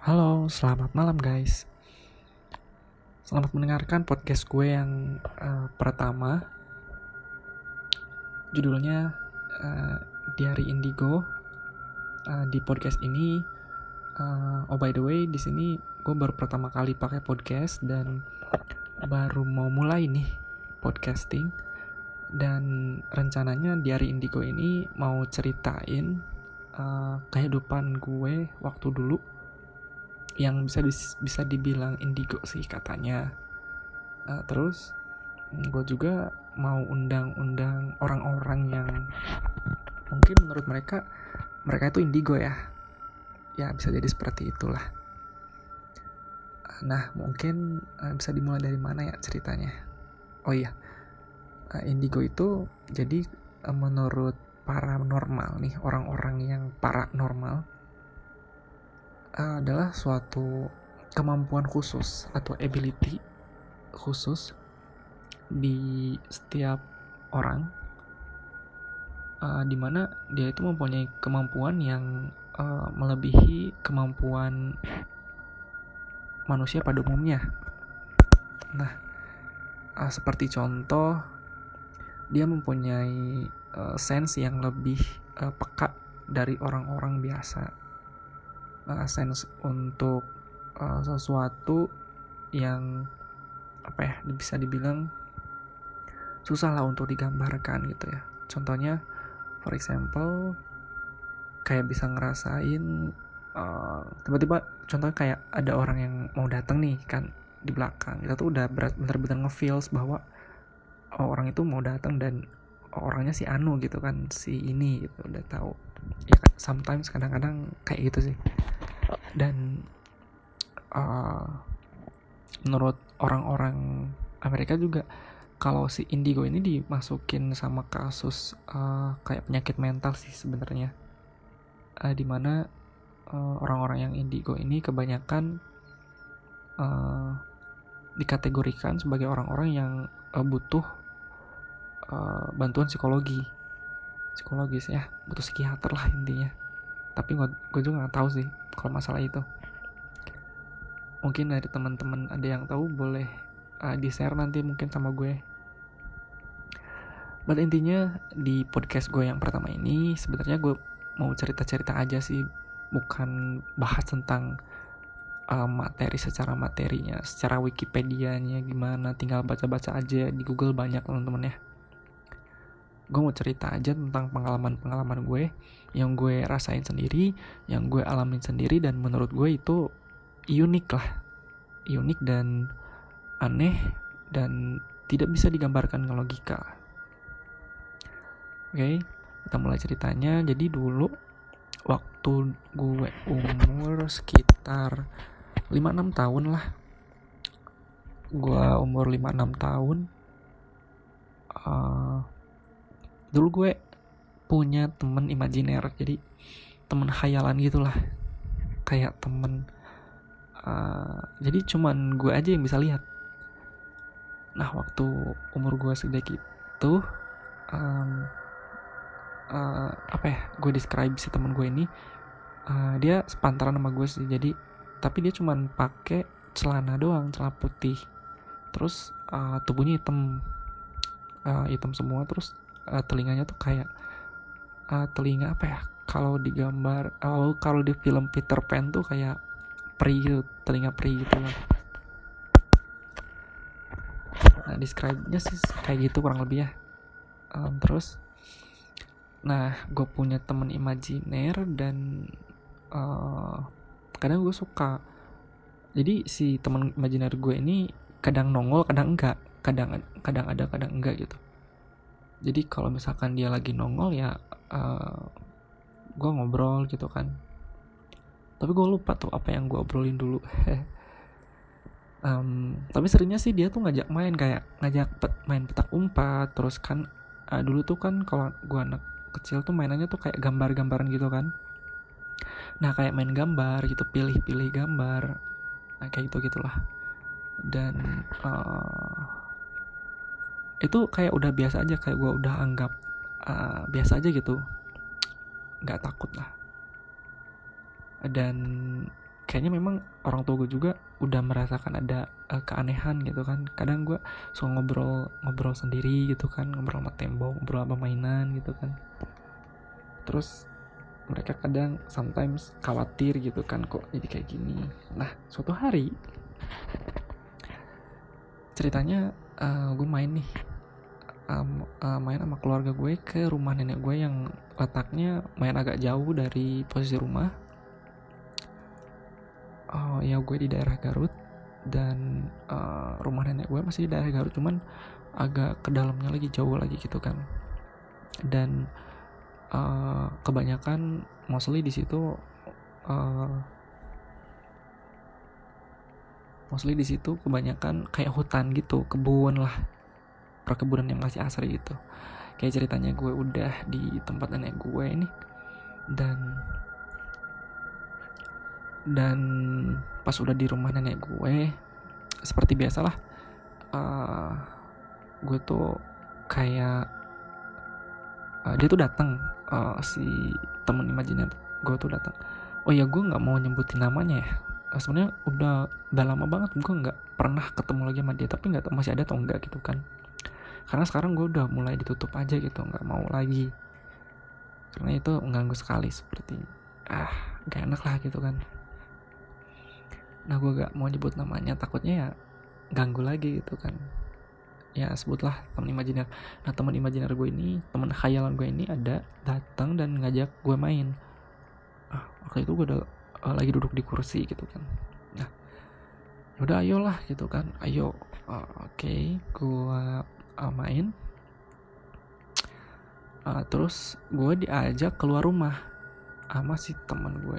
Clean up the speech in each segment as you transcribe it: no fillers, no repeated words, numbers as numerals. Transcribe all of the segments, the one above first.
Halo, selamat malam guys. Selamat mendengarkan podcast gue yang pertama. Judulnya Diary Indigo. Di podcast ini, oh by the way, di sini gue baru pertama kali pakai podcast dan baru mau mulai nih podcasting. Dan rencananya Diary Indigo ini mau ceritain kehidupan gue waktu dulu yang bisa dibilang indigo sih katanya. Terus gue juga mau undang orang-orang yang mungkin menurut mereka itu indigo ya bisa jadi seperti itulah. Nah mungkin bisa dimulai dari mana ya ceritanya. Oh iya, indigo itu jadi menurut paranormal nih, orang-orang yang paranormal adalah suatu kemampuan khusus atau ability khusus di setiap orang, dimana dia itu mempunyai kemampuan yang melebihi kemampuan manusia pada umumnya. Nah, seperti contoh, dia mempunyai sense yang lebih peka dari orang-orang biasa. Sense untuk sesuatu yang bisa dibilang susah lah untuk digambarkan gitu ya. Contohnya, for example, kayak bisa ngerasain tiba-tiba, contohnya kayak ada orang yang mau datang nih kan di belakang, kita tuh udah benar-benar nge-feels bahwa orang itu mau datang dan orangnya si Anu gitu kan, si ini gitu, udah tahu ya kan. Sometimes kadang-kadang kayak gitu sih. Dan menurut orang-orang Amerika juga, kalau si indigo ini dimasukin sama kasus kayak penyakit mental sih sebenarnya, dimana orang-orang yang indigo ini kebanyakan dikategorikan sebagai orang-orang yang butuh bantuan psikologis ya, butuh psikiater lah intinya. Tapi gue juga nggak tahu sih kalau masalah itu. Mungkin dari teman-teman ada yang tahu, boleh di share nanti mungkin sama gue. But intinya di podcast gue yang pertama ini sebenarnya gue mau cerita-cerita aja sih, bukan bahas tentang materi secara materinya, secara Wikipedia-nya gimana, tinggal baca-baca aja di Google banyak teman-teman ya. Gue mau cerita aja tentang pengalaman-pengalaman gue yang gue rasain sendiri, yang gue alamin sendiri, dan menurut gue itu unik dan aneh dan tidak bisa digambarkan dengan logika. Oke, kita mulai ceritanya. Jadi dulu waktu gue umur sekitar 5-6 tahun lah, gue umur 5-6 tahun, dulu gue punya temen imajiner, jadi temen khayalan gitulah, kayak temen jadi cuman gue aja yang bisa lihat. Nah waktu umur gue segede gitu, gue describe si temen gue ini, dia sepantaran sama gue sih, jadi tapi dia cuman pakai celana doang, celana putih, terus tubuhnya hitam semua, terus telinganya tuh kayak telinga kalau digambar, kalau di film Peter Pan tuh kayak peri gitu, telinga peri gitu lah. Nah describe-nya sih kayak gitu kurang lebih ya. Terus nah gue punya temen imajiner dan kadang gue suka, jadi si temen imajiner gue ini kadang nongol kadang enggak, kadang ada kadang enggak gitu. Jadi kalau misalkan dia lagi nongol ya gue ngobrol gitu kan, tapi gue lupa tuh apa yang gue obrolin dulu. Tapi seringnya sih dia tuh ngajak main petak umpat. Terus kan dulu tuh kan kalau gue anak kecil tuh mainannya tuh kayak gambar-gambaran gitu kan. Nah kayak main gambar gitu, pilih-pilih gambar, nah kayak gitulah. Dan itu kayak udah biasa aja, kayak gue udah anggap biasa aja gitu, nggak takut lah. Dan kayaknya memang orang tua gue juga udah merasakan ada keanehan gitu kan. Kadang gue suka ngobrol sendiri gitu kan, ngobrol sama tembok, ngobrol sama mainan gitu kan. Terus mereka kadang sometimes khawatir gitu kan, kok jadi kayak gini. Nah suatu hari ceritanya gue main nih main sama keluarga gue ke rumah nenek gue yang letaknya main agak jauh dari posisi rumah. Ya gue di daerah Garut, dan rumah nenek gue masih di daerah Garut, cuman agak ke dalamnya lagi, jauh lagi gitu kan. Dan kebanyakan mostly di situ kebanyakan kayak hutan gitu, kebun lah, perkebunan yang masih asri gitu. Kayak ceritanya gue udah di tempat nenek gue ini, dan pas udah di rumah nenek gue, seperti biasalah gue tuh kayak dia tuh datang, si temen imajiner gue tuh datang. Oh ya, gue nggak mau nyebutin namanya ya. Sebenarnya udah lama banget gue nggak pernah ketemu lagi sama dia, tapi nggak tahu masih ada atau enggak gitu kan. Karena sekarang gue udah mulai ditutup aja gitu, nggak mau lagi, karena itu mengganggu sekali, seperti gak enak lah gitu kan. Nah gue gak mau nyebut namanya, takutnya ya ganggu lagi gitu kan. Ya sebutlah teman imajiner. Nah teman imajiner gue ini, teman khayalan gue ini ada datang dan ngajak gue main. Waktu itu gue udah lagi duduk di kursi gitu kan. Nah udah ayolah gitu kan, ayo. Oke, gue main. Terus gue diajak keluar rumah sama si teman gue.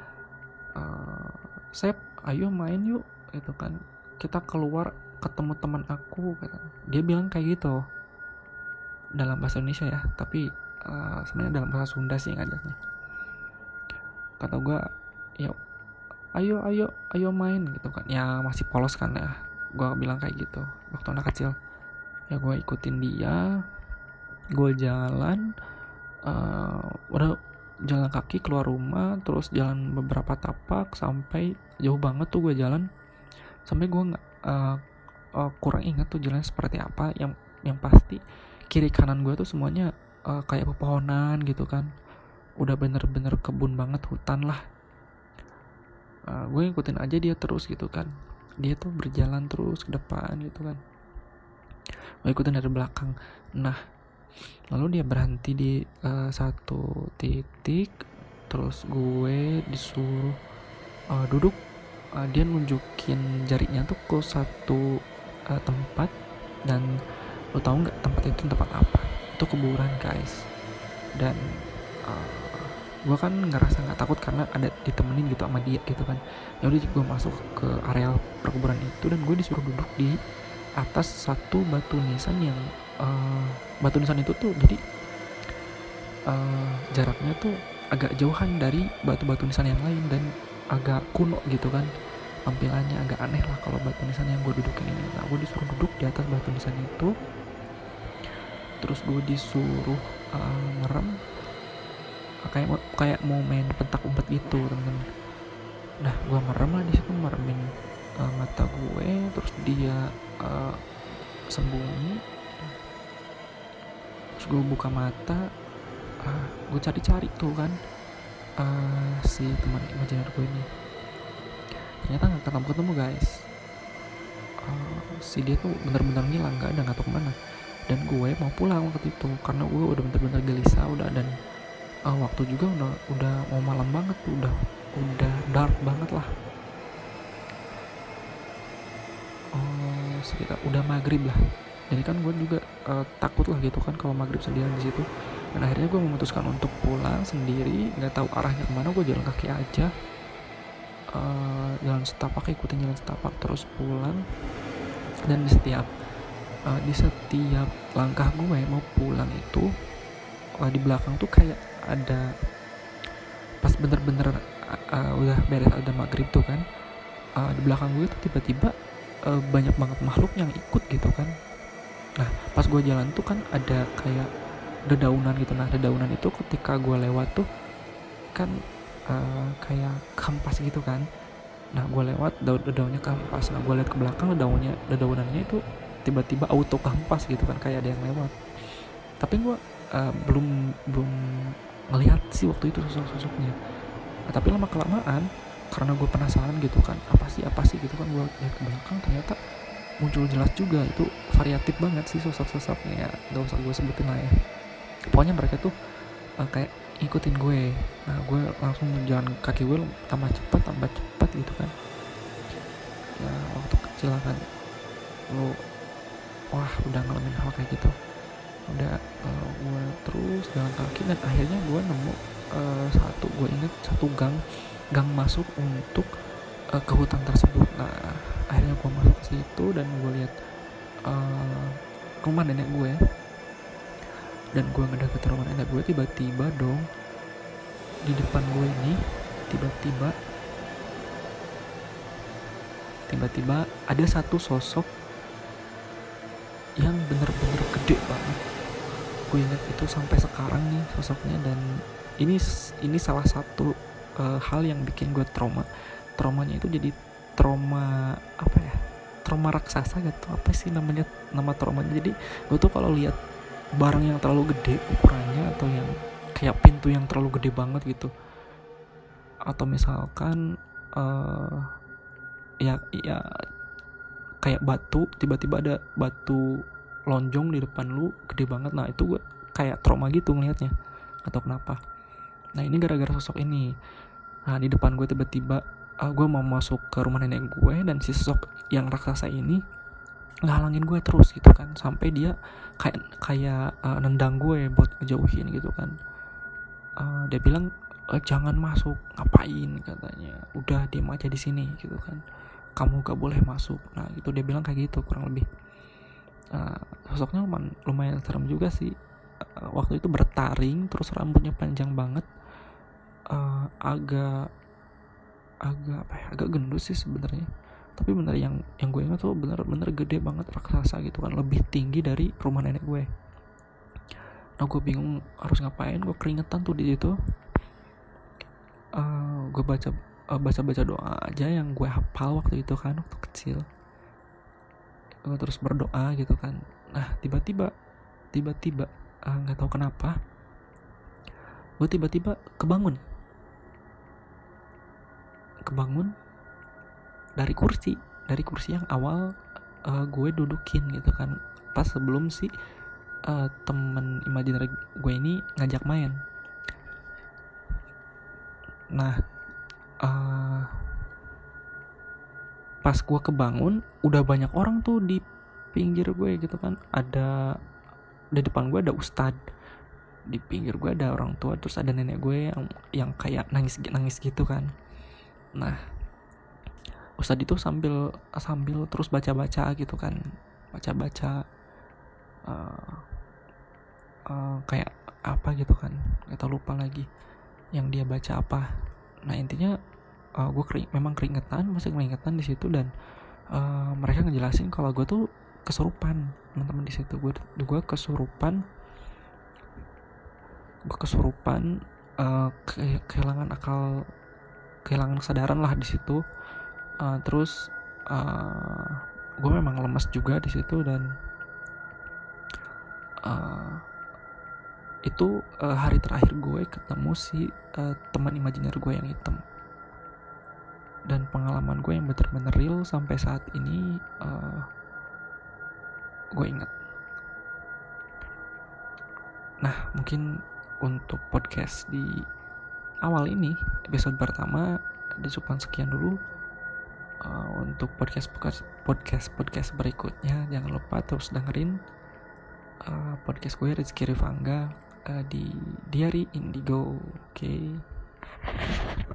Sep, ayo main yuk gitu kan, kita keluar ketemu teman aku kata. Dia bilang kayak gitu dalam bahasa Indonesia ya, tapi sebenarnya dalam bahasa Sunda sih ngajaknya. Kata gue, ya ayo main gitu kan. Ya masih polos kan ya, gue bilang kayak gitu waktu anak kecil. Ya gue ikutin dia, gue jalan, udah jalan kaki keluar rumah, terus jalan beberapa tapak sampai jauh banget tuh gue jalan, sampai gue nggak kurang ingat tuh jalan seperti apa. Yang pasti kiri kanan gue tuh semuanya kayak pepohonan gitu kan, udah bener-bener kebun banget, hutan lah. Gue ngikutin aja dia terus gitu kan, dia tuh berjalan terus ke depan gitu kan, gue ikutin dari belakang. Nah lalu dia berhenti di satu titik, terus gue disuruh duduk. Dia nunjukin jarinya tuh ke satu tempat, dan lo tau nggak tempat itu tempat apa? Itu kuburan guys. Dan gue kan ngerasa nggak takut karena ada ditemenin gitu sama dia gitu kan. Ya udah gue masuk ke area perkuburan itu, dan gue disuruh duduk di atas satu batu nisan yang batu nisan itu tuh jadi jaraknya tuh agak jauhan dari batu-batu nisan yang lain, dan agak kuno gitu kan, tampilannya agak aneh lah kalau batu nisan yang gue dudukin ini. Nah gue disuruh duduk di atas batu nisan itu, terus gue disuruh merem, kayak mau main pentak umpet gitu temen-temen. Nah gue merem lah di situ, meremin mata gue, terus dia sembunyi. Terus gue buka mata, gue cari-cari tuh kan si teman imajiner gue ini. Ternyata nggak ketemu guys. Si dia tuh bener-bener ngilang, nggak tahu kemana. Dan gue mau pulang waktu itu karena gue udah bener-bener gelisah udah, dan waktu juga udah mau malam banget tuh, udah dark banget lah. Sekitar udah maghrib lah. Jadi kan gue juga takut lah gitu kan kalau maghrib sendirian di situ. Dan akhirnya gue memutuskan untuk pulang sendiri, nggak tahu arahnya kemana. Gue jalan kaki aja, jalan setapak, ikutin jalan setapak terus pulang. Dan di setiap langkah gue mau pulang itu, di belakang tuh kayak ada, pas bener-bener udah beres ada maghrib tuh kan, di belakang gue tuh tiba-tiba banyak banget makhluk yang ikut gitu kan. Nah pas gue jalan tuh kan ada kayak dedaunan gitu. Nah dedaunan itu ketika gue lewat tuh kan kayak kampas gitu kan, Nah gue lewat, daunnya kehempas. Nah gue lihat ke belakang, daunannya itu tiba-tiba auto kehempas gitu kan, kayak ada yang lewat. Tapi gue belum ngelihat sih waktu itu sosoknya. Nah, tapi lama kelamaan karena gue penasaran gitu kan, apa sih gitu kan, gue lihat ke belakang, ternyata muncul jelas juga. Itu variatif banget sih sosok-sosoknya ya, gak usah gue sebutin lah ya. Pokoknya mereka tuh kayak ngikutin gue. Nah gue langsung jalan, kaki gue tambah cepat gitu kan. Ya waktu kecil kan lu wah udah ngalamin hal kayak gitu, udah gue terus jalan kaki dan akhirnya gue nemu gue inget satu gang masuk untuk ke hutan tersebut. Nah akhirnya gue masuk ke situ dan gue lihat rumah nenek gue, dan gue ngedeket rumah nenek gue. Tiba-tiba dong di depan gue ini tiba-tiba ada satu sosok yang bener-bener gede banget. Gue ingat itu sampai sekarang nih sosoknya, dan ini salah satu hal yang bikin gue traumanya itu jadi trauma apa ya, trauma raksasa gitu, apa sih nama traumanya. Jadi gue tuh kalau lihat barang yang terlalu gede ukurannya, atau yang kayak pintu yang terlalu gede banget gitu, atau misalkan ya kayak batu, tiba-tiba ada batu lonjong di depan lu gede banget. Nah itu gue kayak trauma gitu ngelihatnya, atau kenapa. Nah ini gara-gara sosok ini. Nah di depan gue tiba-tiba gue mau masuk ke rumah nenek gue, dan si sosok yang raksasa ini ngehalangin gue terus gitu kan, sampai dia kayak nendang gue buat ngejauhin gitu kan. Dia bilang jangan masuk, ngapain katanya, udah diem aja di sini gitu kan, kamu gak boleh masuk. Nah itu dia bilang kayak gitu kurang lebih. Sosoknya lumayan serem juga sih. Waktu itu bertaring, terus rambutnya panjang banget, agak gendut sih sebenarnya. Tapi bener yang gue ingat tuh bener-bener gede banget, raksasa gitu kan, lebih tinggi dari rumah nenek gue. Nah gue bingung harus ngapain, gue keringetan tuh di situ. Gue baca doa aja yang gue hafal waktu itu kan, waktu kecil. Gue terus berdoa gitu kan. Nah tiba-tiba nggak tahu kenapa gue tiba-tiba kebangun dari kursi yang awal gue dudukin gitu kan, pas sebelum si temen imajiner gue ini ngajak main. Nah pas gue kebangun udah banyak orang tuh di pinggir gue gitu kan. Ada di depan gue ada ustad, di pinggir gue ada orang tua, terus ada nenek gue yang kayak nangis gitu kan. Nah ustad itu sambil terus baca gitu kan, kayak apa gitu kan, nggak tahu, lupa lagi yang dia baca apa. Nah intinya gue memang keringetan di situ, dan mereka ngejelasin kalau gue tuh kesurupan. Teman-teman di situ gue kesurupan, kehilangan akal, kehilangan kesadaran lah di situ. Terus gue memang lemas juga di situ, dan itu hari terakhir gue ketemu si teman imajiner gue yang hitam. Dan pengalaman gue yang bener-bener real sampai saat ini gue ingat. Nah mungkin untuk podcast di awal ini, episode pertama, cukup sekian dulu. Untuk podcast berikutnya jangan lupa terus dengerin podcast gue Rizky Rifangga di Diary Indigo. Oke.